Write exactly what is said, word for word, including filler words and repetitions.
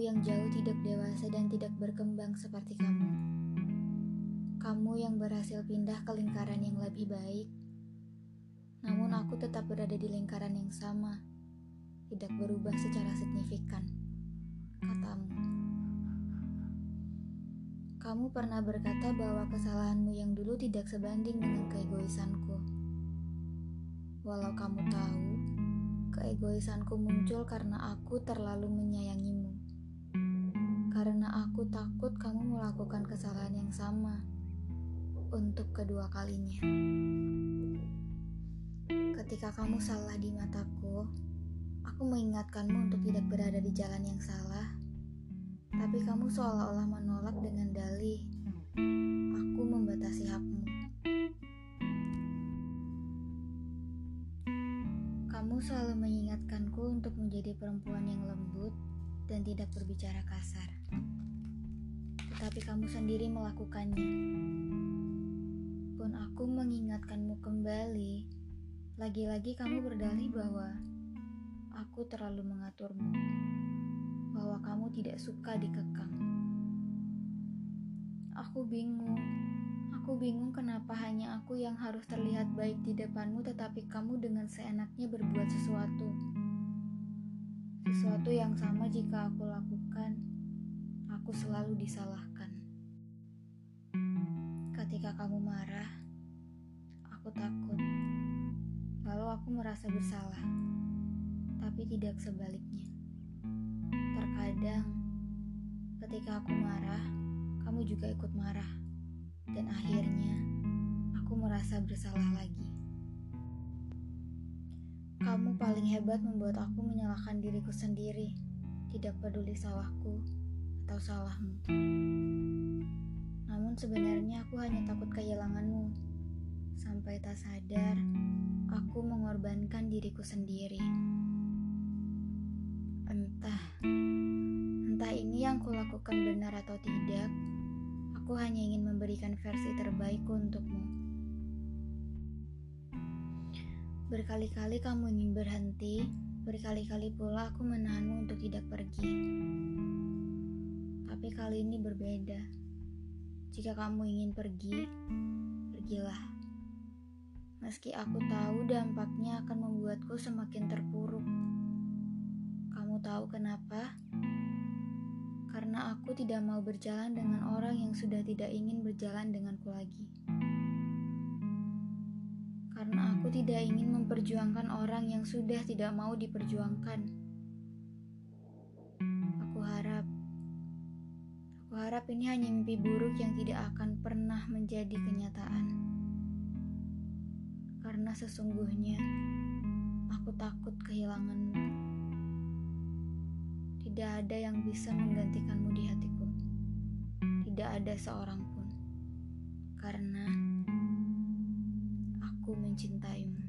yang jauh tidak dewasa dan tidak berkembang seperti kamu. Kamu yang berhasil pindah ke lingkaran yang lebih baik. Namun aku tetap berada di lingkaran yang sama, tidak berubah secara signifikan, katamu. Kamu pernah berkata bahwa kesalahanmu yang dulu tidak sebanding dengan keegoisanku. Walau kamu tahu, keegoisanku muncul karena aku terlalu menyayangimu. Karena aku takut kamu melakukan kesalahan yang sama untuk kedua kalinya. Ketika kamu salah di mataku, aku mengingatkanmu untuk tidak berada di jalan yang salah, tapi kamu seolah-olah menolak dengan dalih, aku membatasi hakmu. Kamu selalu mengingatkanku untuk menjadi perempuan yang lembut dan tidak berbicara kasar. Tetapi kamu sendiri melakukannya. Pun aku mengingatkanmu kembali, lagi-lagi kamu berdalih bahwa aku terlalu mengaturmu, bahwa kamu tidak suka dikekang. Aku bingung, aku bingung kenapa hanya aku yang harus terlihat baik di depanmu, tetapi kamu dengan seenaknya berbuat sesuatu. Sesuatu yang sama jika aku lakukan, aku selalu disalahkan. Ketika kamu marah, aku takut. Lalu aku merasa bersalah, tapi tidak sebaliknya. Terkadang, ketika aku marah, kamu juga ikut marah. Dan akhirnya, aku merasa bersalah lagi. Kamu paling hebat membuat aku menyalahkan diriku sendiri, tidak peduli salahku atau salahmu. Namun sebenarnya aku hanya takut kehilanganmu. Sampai tak sadar, aku mengorbankan diriku sendiri. Entah, entah ini yang kulakukan benar atau tidak, aku hanya ingin memberikan versi terbaikku untukmu. Berkali-kali kamu ingin berhenti, berkali-kali pula aku menahanmu untuk tidak pergi. Tapi kali ini berbeda. Jika kamu ingin pergi, pergilah. Meski aku tahu dampaknya akan membuatku semakin terpuruk. Kamu tahu kenapa? Karena aku tidak mau berjalan dengan orang yang sudah tidak ingin berjalan denganku lagi. Karena aku tidak ingin memperjuangkan orang yang sudah tidak mau diperjuangkan. Aku harap, aku harap ini hanya mimpi buruk yang tidak akan pernah menjadi kenyataan. Karena sesungguhnya, aku takut kehilanganmu. Tidak ada yang bisa menggantikanmu di hatiku. Tidak ada seorang pun. Karena aku mencintaimu.